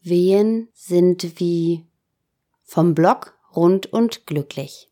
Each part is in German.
Wehen sind wie vom Block rund und glücklich.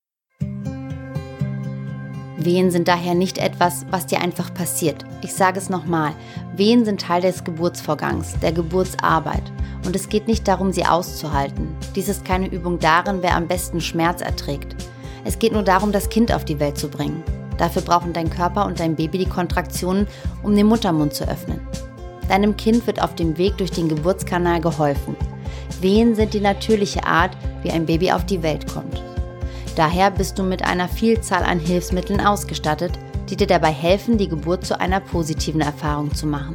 Wehen sind daher nicht etwas, was dir einfach passiert. Ich sage es nochmal, Wehen sind Teil des Geburtsvorgangs, der Geburtsarbeit. Und es geht nicht darum, sie auszuhalten. Dies ist keine Übung darin, wer am besten Schmerz erträgt. Es geht nur darum, das Kind auf die Welt zu bringen. Dafür brauchen dein Körper und dein Baby die Kontraktionen, um den Muttermund zu öffnen. Deinem Kind wird auf dem Weg durch den Geburtskanal geholfen. Wehen sind die natürliche Art, wie ein Baby auf die Welt kommt. Daher bist du mit einer Vielzahl an Hilfsmitteln ausgestattet, die dir dabei helfen, die Geburt zu einer positiven Erfahrung zu machen.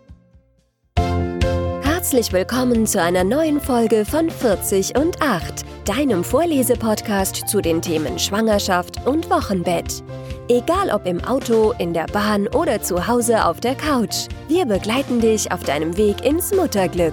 Herzlich willkommen zu einer neuen Folge von 40 und 8, deinem Vorlesepodcast zu den Themen Schwangerschaft und Wochenbett. Egal ob im Auto, in der Bahn oder zu Hause auf der Couch, wir begleiten dich auf deinem Weg ins Mutterglück.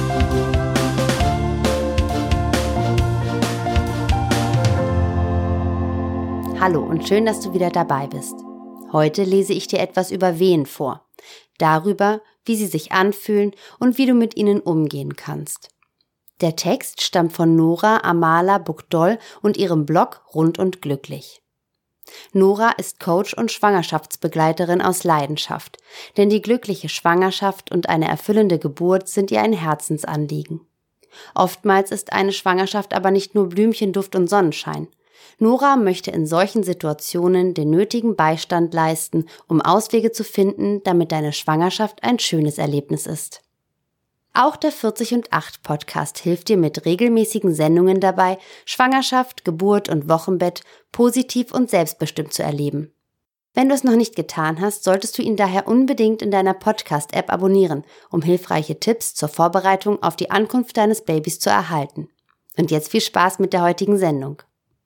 Hallo und schön, dass du wieder dabei bist. Heute lese ich dir etwas über Wehen vor. Darüber, wie sie sich anfühlen und wie du mit ihnen umgehen kannst. Der Text stammt von Nora Amala Bukdol und ihrem Blog Rund und Glücklich. Nora ist Coach und Schwangerschaftsbegleiterin aus Leidenschaft, denn die glückliche Schwangerschaft und eine erfüllende Geburt sind ihr ein Herzensanliegen. Oftmals ist eine Schwangerschaft aber nicht nur Blümchenduft und Sonnenschein. Nora möchte in solchen Situationen den nötigen Beistand leisten, um Auswege zu finden, damit deine Schwangerschaft ein schönes Erlebnis ist. Auch der 40 und 8 Podcast hilft dir mit regelmäßigen Sendungen dabei, Schwangerschaft, Geburt und Wochenbett positiv und selbstbestimmt zu erleben. Wenn du es noch nicht getan hast, solltest du ihn daher unbedingt in deiner Podcast-App abonnieren, um hilfreiche Tipps zur Vorbereitung auf die Ankunft deines Babys zu erhalten. Und jetzt viel Spaß mit der heutigen Sendung.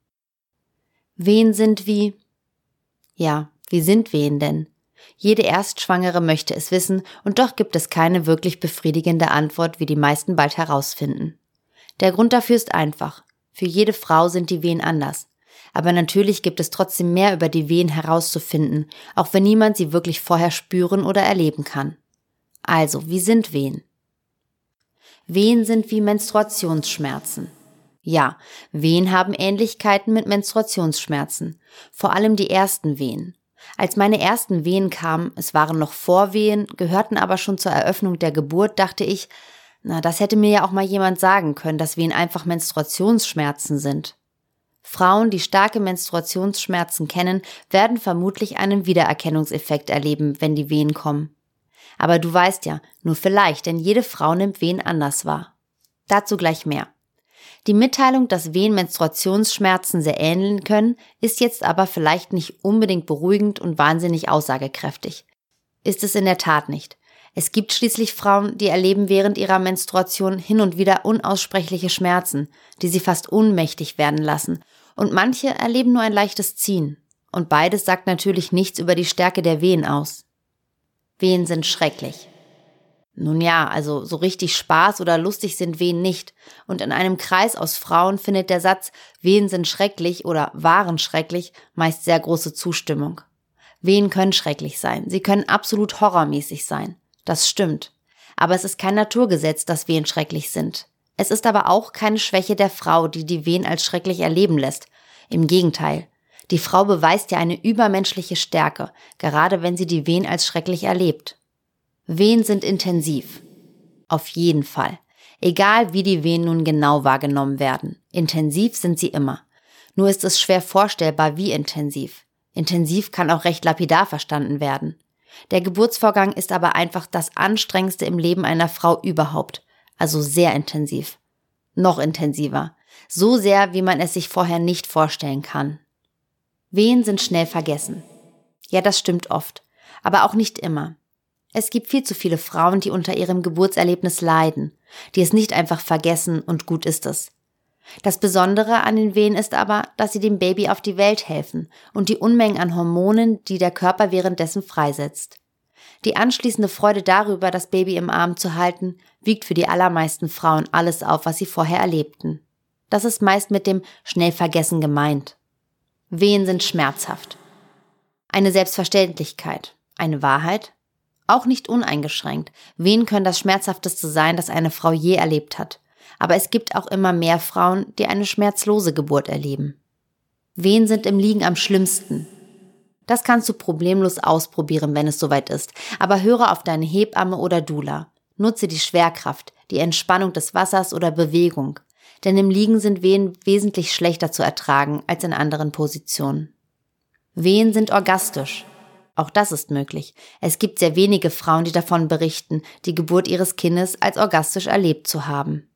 Wehen sind wie? Ja, wie sind Wehen denn? Jede Erstschwangere möchte es wissen und doch gibt es keine wirklich befriedigende Antwort, wie die meisten bald herausfinden. Der Grund dafür ist einfach. Für jede Frau sind die Wehen anders. Aber natürlich gibt es trotzdem mehr über die Wehen herauszufinden, auch wenn niemand sie wirklich vorher spüren oder erleben kann. Also, wie sind Wehen? Wehen sind wie Menstruationsschmerzen. Ja, Wehen haben Ähnlichkeiten mit Menstruationsschmerzen, vor allem die ersten Wehen. Als meine ersten Wehen kamen, es waren noch Vorwehen, gehörten aber schon zur Eröffnung der Geburt, dachte ich, das hätte mir ja auch mal jemand sagen können, dass Wehen einfach Menstruationsschmerzen sind. Frauen, die starke Menstruationsschmerzen kennen, werden vermutlich einen Wiedererkennungseffekt erleben, wenn die Wehen kommen. Aber du weißt ja, nur vielleicht, denn jede Frau nimmt Wehen anders wahr. Dazu gleich mehr. Die Mitteilung, dass Wehen Menstruationsschmerzen sehr ähneln können, ist jetzt aber vielleicht nicht unbedingt beruhigend und wahnsinnig aussagekräftig. Ist es in der Tat nicht. Es gibt schließlich Frauen, die erleben während ihrer Menstruation hin und wieder unaussprechliche Schmerzen, die sie fast ohnmächtig werden lassen. Und manche erleben nur ein leichtes Ziehen. Und beides sagt natürlich nichts über die Stärke der Wehen aus. Wehen sind schrecklich. Nun ja, also so richtig Spaß oder lustig sind Wehen nicht. Und in einem Kreis aus Frauen findet der Satz Wehen sind schrecklich oder waren schrecklich meist sehr große Zustimmung. Wehen können schrecklich sein. Sie können absolut horrormäßig sein. Das stimmt. Aber es ist kein Naturgesetz, dass Wehen schrecklich sind. Es ist aber auch keine Schwäche der Frau, die die Wehen als schrecklich erleben lässt. Im Gegenteil. Die Frau beweist ja eine übermenschliche Stärke, gerade wenn sie die Wehen als schrecklich erlebt. Wehen sind intensiv. Auf jeden Fall. Egal wie die Wehen nun genau wahrgenommen werden. Intensiv sind sie immer. Nur ist es schwer vorstellbar, wie intensiv. Intensiv kann auch recht lapidar verstanden werden. Der Geburtsvorgang ist aber einfach das Anstrengendste im Leben einer Frau überhaupt. Also sehr intensiv. Noch intensiver. So sehr, wie man es sich vorher nicht vorstellen kann. Wehen sind schnell vergessen. Ja, das stimmt oft. Aber auch nicht immer. Es gibt viel zu viele Frauen, die unter ihrem Geburtserlebnis leiden, die es nicht einfach vergessen und gut ist es. Das Besondere an den Wehen ist aber, dass sie dem Baby auf die Welt helfen und die Unmengen an Hormonen, die der Körper währenddessen freisetzt. Die anschließende Freude darüber, das Baby im Arm zu halten, wiegt für die allermeisten Frauen alles auf, was sie vorher erlebten. Das ist meist mit dem Schnellvergessen gemeint. Wehen sind schmerzhaft. Eine Selbstverständlichkeit, eine Wahrheit? Auch nicht uneingeschränkt. Wehen können das Schmerzhafteste sein, das eine Frau je erlebt hat. Aber es gibt auch immer mehr Frauen, die eine schmerzlose Geburt erleben. Wehen sind im Liegen am schlimmsten. Das kannst du problemlos ausprobieren, wenn es soweit ist. Aber höre auf deine Hebamme oder Doula. Nutze die Schwerkraft, die Entspannung des Wassers oder Bewegung. Denn im Liegen sind Wehen wesentlich schlechter zu ertragen als in anderen Positionen. Wehen sind orgastisch. Auch das ist möglich. Es gibt sehr wenige Frauen, die davon berichten, die Geburt ihres Kindes als orgastisch erlebt zu haben.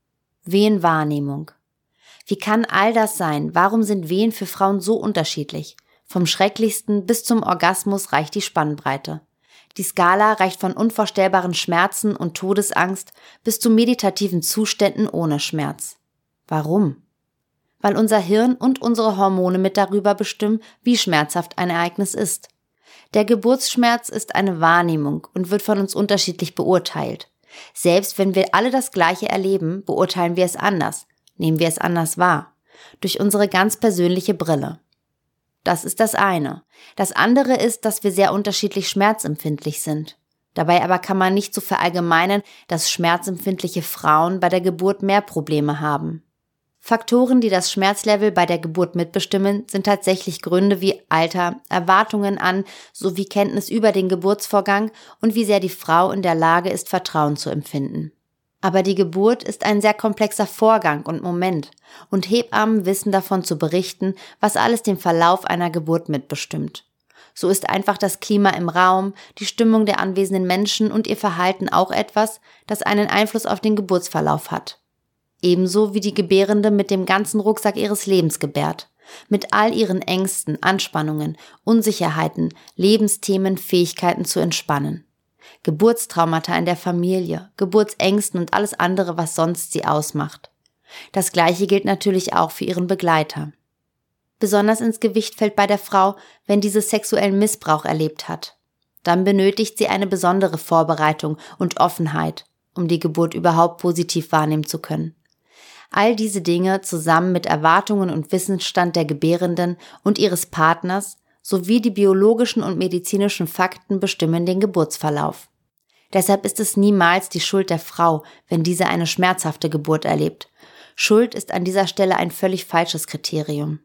Wehenwahrnehmung. Wie kann all das sein? Warum sind Wehen für Frauen so unterschiedlich? Vom Schrecklichsten bis zum Orgasmus reicht die Spannbreite. Die Skala reicht von unvorstellbaren Schmerzen und Todesangst bis zu meditativen Zuständen ohne Schmerz. Warum? Weil unser Hirn und unsere Hormone mit darüber bestimmen, wie schmerzhaft ein Ereignis ist. Der Geburtsschmerz ist eine Wahrnehmung und wird von uns unterschiedlich beurteilt. Selbst wenn wir alle das Gleiche erleben, beurteilen wir es anders, nehmen wir es anders wahr, durch unsere ganz persönliche Brille. Das ist das eine. Das andere ist, dass wir sehr unterschiedlich schmerzempfindlich sind. Dabei aber kann man nicht so verallgemeinern, dass schmerzempfindliche Frauen bei der Geburt mehr Probleme haben. Faktoren, die das Schmerzlevel bei der Geburt mitbestimmen, sind tatsächlich Gründe wie Alter, Erwartungen an sowie Kenntnis über den Geburtsvorgang und wie sehr die Frau in der Lage ist, Vertrauen zu empfinden. Aber die Geburt ist ein sehr komplexer Vorgang und Moment und Hebammen wissen davon zu berichten, was alles den Verlauf einer Geburt mitbestimmt. So ist einfach das Klima im Raum, die Stimmung der anwesenden Menschen und ihr Verhalten auch etwas, das einen Einfluss auf den Geburtsverlauf hat. Ebenso wie die Gebärende mit dem ganzen Rucksack ihres Lebens gebärt, mit all ihren Ängsten, Anspannungen, Unsicherheiten, Lebensthemen, Fähigkeiten zu entspannen. Geburtstraumata in der Familie, Geburtsängsten und alles andere, was sonst sie ausmacht. Das Gleiche gilt natürlich auch für ihren Begleiter. Besonders ins Gewicht fällt bei der Frau, wenn diese sexuellen Missbrauch erlebt hat. Dann benötigt sie eine besondere Vorbereitung und Offenheit, um die Geburt überhaupt positiv wahrnehmen zu können. All diese Dinge zusammen mit Erwartungen und Wissensstand der Gebärenden und ihres Partners sowie die biologischen und medizinischen Fakten bestimmen den Geburtsverlauf. Deshalb ist es niemals die Schuld der Frau, wenn diese eine schmerzhafte Geburt erlebt. Schuld ist an dieser Stelle ein völlig falsches Kriterium.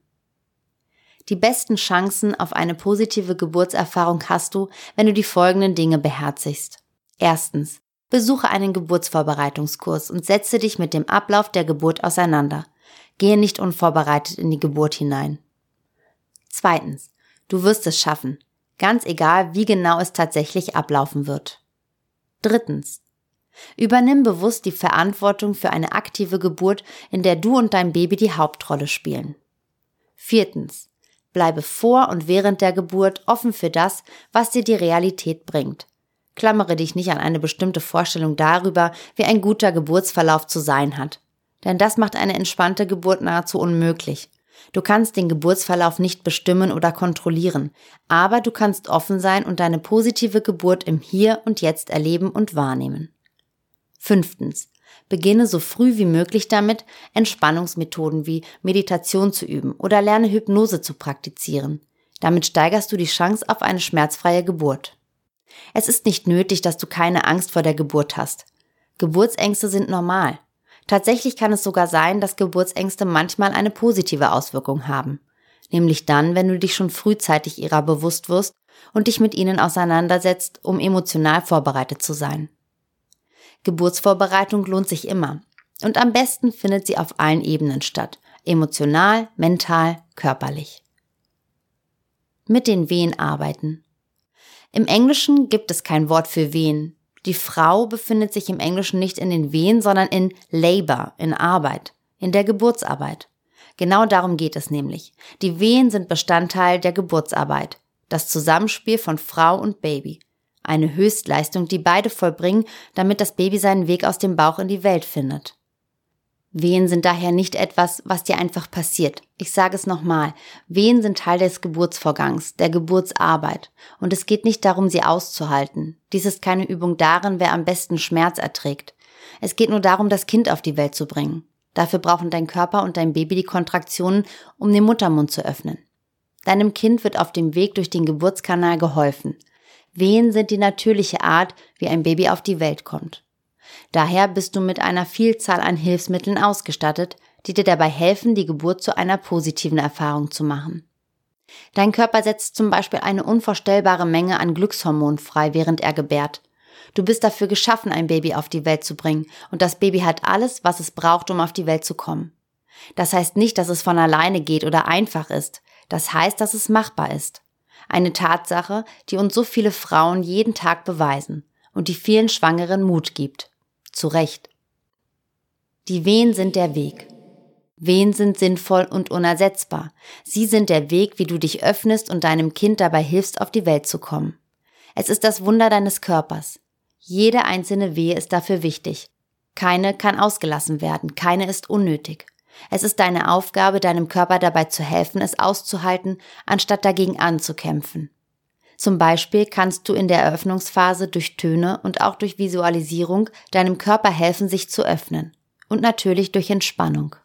Die besten Chancen auf eine positive Geburtserfahrung hast du, wenn du die folgenden Dinge beherzigst. Erstens, besuche einen Geburtsvorbereitungskurs und setze dich mit dem Ablauf der Geburt auseinander. Gehe nicht unvorbereitet in die Geburt hinein. Zweitens, du wirst es schaffen, ganz egal, wie genau es tatsächlich ablaufen wird. Drittens, übernimm bewusst die Verantwortung für eine aktive Geburt, in der du und dein Baby die Hauptrolle spielen. Viertens, bleibe vor und während der Geburt offen für das, was dir die Realität bringt. Klammere dich nicht an eine bestimmte Vorstellung darüber, wie ein guter Geburtsverlauf zu sein hat. Denn das macht eine entspannte Geburt nahezu unmöglich. Du kannst den Geburtsverlauf nicht bestimmen oder kontrollieren, aber du kannst offen sein und deine positive Geburt im Hier und Jetzt erleben und wahrnehmen. Fünftens, beginne so früh wie möglich damit, Entspannungsmethoden wie Meditation zu üben oder lerne Hypnose zu praktizieren. Damit steigerst du die Chance auf eine schmerzfreie Geburt. Es ist nicht nötig, dass du keine Angst vor der Geburt hast. Geburtsängste sind normal. Tatsächlich kann es sogar sein, dass Geburtsängste manchmal eine positive Auswirkung haben. Nämlich dann, wenn du dich schon frühzeitig ihrer bewusst wirst und dich mit ihnen auseinandersetzt, um emotional vorbereitet zu sein. Geburtsvorbereitung lohnt sich immer. Und am besten findet sie auf allen Ebenen statt. Emotional, mental, körperlich. Mit den Wehen arbeiten. Im Englischen gibt es kein Wort für Wehen. Die Frau befindet sich im Englischen nicht in den Wehen, sondern in Labor, in Arbeit, in der Geburtsarbeit. Genau darum geht es nämlich. Die Wehen sind Bestandteil der Geburtsarbeit, das Zusammenspiel von Frau und Baby. Eine Höchstleistung, die beide vollbringen, damit das Baby seinen Weg aus dem Bauch in die Welt findet. Wehen sind daher nicht etwas, was dir einfach passiert. Ich sage es nochmal, Wehen sind Teil des Geburtsvorgangs, der Geburtsarbeit. Und es geht nicht darum, sie auszuhalten. Dies ist keine Übung darin, wer am besten Schmerz erträgt. Es geht nur darum, das Kind auf die Welt zu bringen. Dafür brauchen dein Körper und dein Baby die Kontraktionen, um den Muttermund zu öffnen. Deinem Kind wird auf dem Weg durch den Geburtskanal geholfen. Wehen sind die natürliche Art, wie ein Baby auf die Welt kommt. Daher bist du mit einer Vielzahl an Hilfsmitteln ausgestattet, die dir dabei helfen, die Geburt zu einer positiven Erfahrung zu machen. Dein Körper setzt zum Beispiel eine unvorstellbare Menge an Glückshormonen frei, während er gebärt. Du bist dafür geschaffen, ein Baby auf die Welt zu bringen, und das Baby hat alles, was es braucht, um auf die Welt zu kommen. Das heißt nicht, dass es von alleine geht oder einfach ist. Das heißt, dass es machbar ist. Eine Tatsache, die uns so viele Frauen jeden Tag beweisen und die vielen Schwangeren Mut gibt. Zu Recht. Die Wehen sind der Weg. Wehen sind sinnvoll und unersetzbar. Sie sind der Weg, wie du dich öffnest und deinem Kind dabei hilfst, auf die Welt zu kommen. Es ist das Wunder deines Körpers. Jede einzelne Wehe ist dafür wichtig. Keine kann ausgelassen werden, keine ist unnötig. Es ist deine Aufgabe, deinem Körper dabei zu helfen, es auszuhalten, anstatt dagegen anzukämpfen. Zum Beispiel kannst du in der Eröffnungsphase durch Töne und auch durch Visualisierung deinem Körper helfen, sich zu öffnen. Und natürlich durch Entspannung.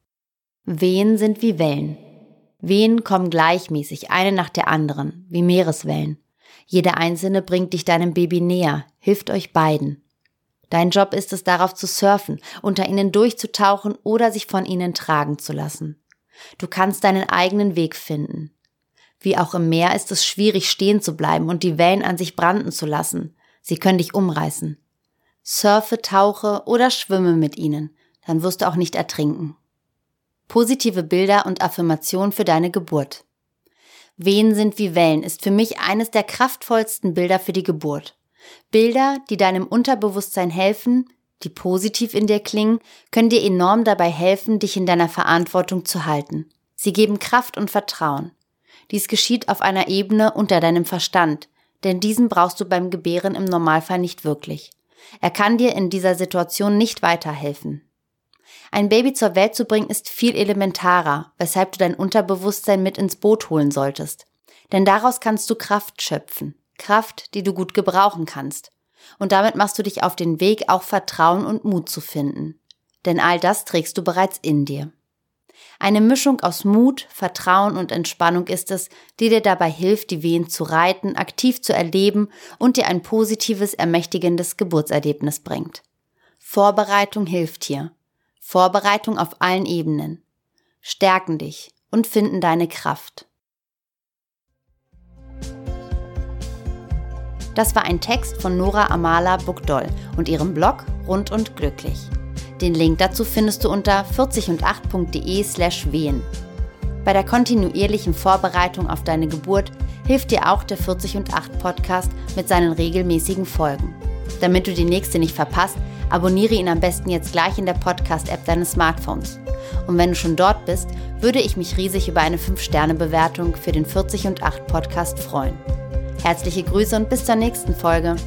Wehen sind wie Wellen. Wehen kommen gleichmäßig, eine nach der anderen, wie Meereswellen. Jede einzelne bringt dich deinem Baby näher, hilft euch beiden. Dein Job ist es, darauf zu surfen, unter ihnen durchzutauchen oder sich von ihnen tragen zu lassen. Du kannst deinen eigenen Weg finden. Wie auch im Meer ist es schwierig, stehen zu bleiben und die Wellen an sich branden zu lassen. Sie können dich umreißen. Surfe, tauche oder schwimme mit ihnen, dann wirst du auch nicht ertrinken. Positive Bilder und Affirmation für deine Geburt. Wehen sind wie Wellen ist für mich eines der kraftvollsten Bilder für die Geburt. Bilder, die deinem Unterbewusstsein helfen, die positiv in dir klingen, können dir enorm dabei helfen, dich in deiner Verantwortung zu halten. Sie geben Kraft und Vertrauen. Dies geschieht auf einer Ebene unter deinem Verstand, denn diesen brauchst du beim Gebären im Normalfall nicht wirklich. Er kann dir in dieser Situation nicht weiterhelfen. Ein Baby zur Welt zu bringen ist viel elementarer, weshalb du dein Unterbewusstsein mit ins Boot holen solltest. Denn daraus kannst du Kraft schöpfen. Kraft, die du gut gebrauchen kannst. Und damit machst du dich auf den Weg, auch Vertrauen und Mut zu finden. Denn all das trägst du bereits in dir. Eine Mischung aus Mut, Vertrauen und Entspannung ist es, die dir dabei hilft, die Wehen zu reiten, aktiv zu erleben und dir ein positives, ermächtigendes Geburtserlebnis bringt. Vorbereitung hilft hier. Vorbereitung auf allen Ebenen. Stärken dich und finden deine Kraft. Das war ein Text von Nora Amala Bugdoll und ihrem Blog Rund und Glücklich. Den Link dazu findest du unter 40und8.de/wehen. Bei der kontinuierlichen Vorbereitung auf deine Geburt hilft dir auch der 40 und 8 Podcast mit seinen regelmäßigen Folgen. Damit du die nächste nicht verpasst, abonniere ihn am besten jetzt gleich in der Podcast-App deines Smartphones. Und wenn du schon dort bist, würde ich mich riesig über eine 5-Sterne-Bewertung für den 40 und 8 Podcast freuen. Herzliche Grüße und bis zur nächsten Folge.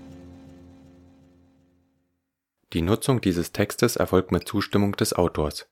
Die Nutzung dieses Textes erfolgt mit Zustimmung des Autors.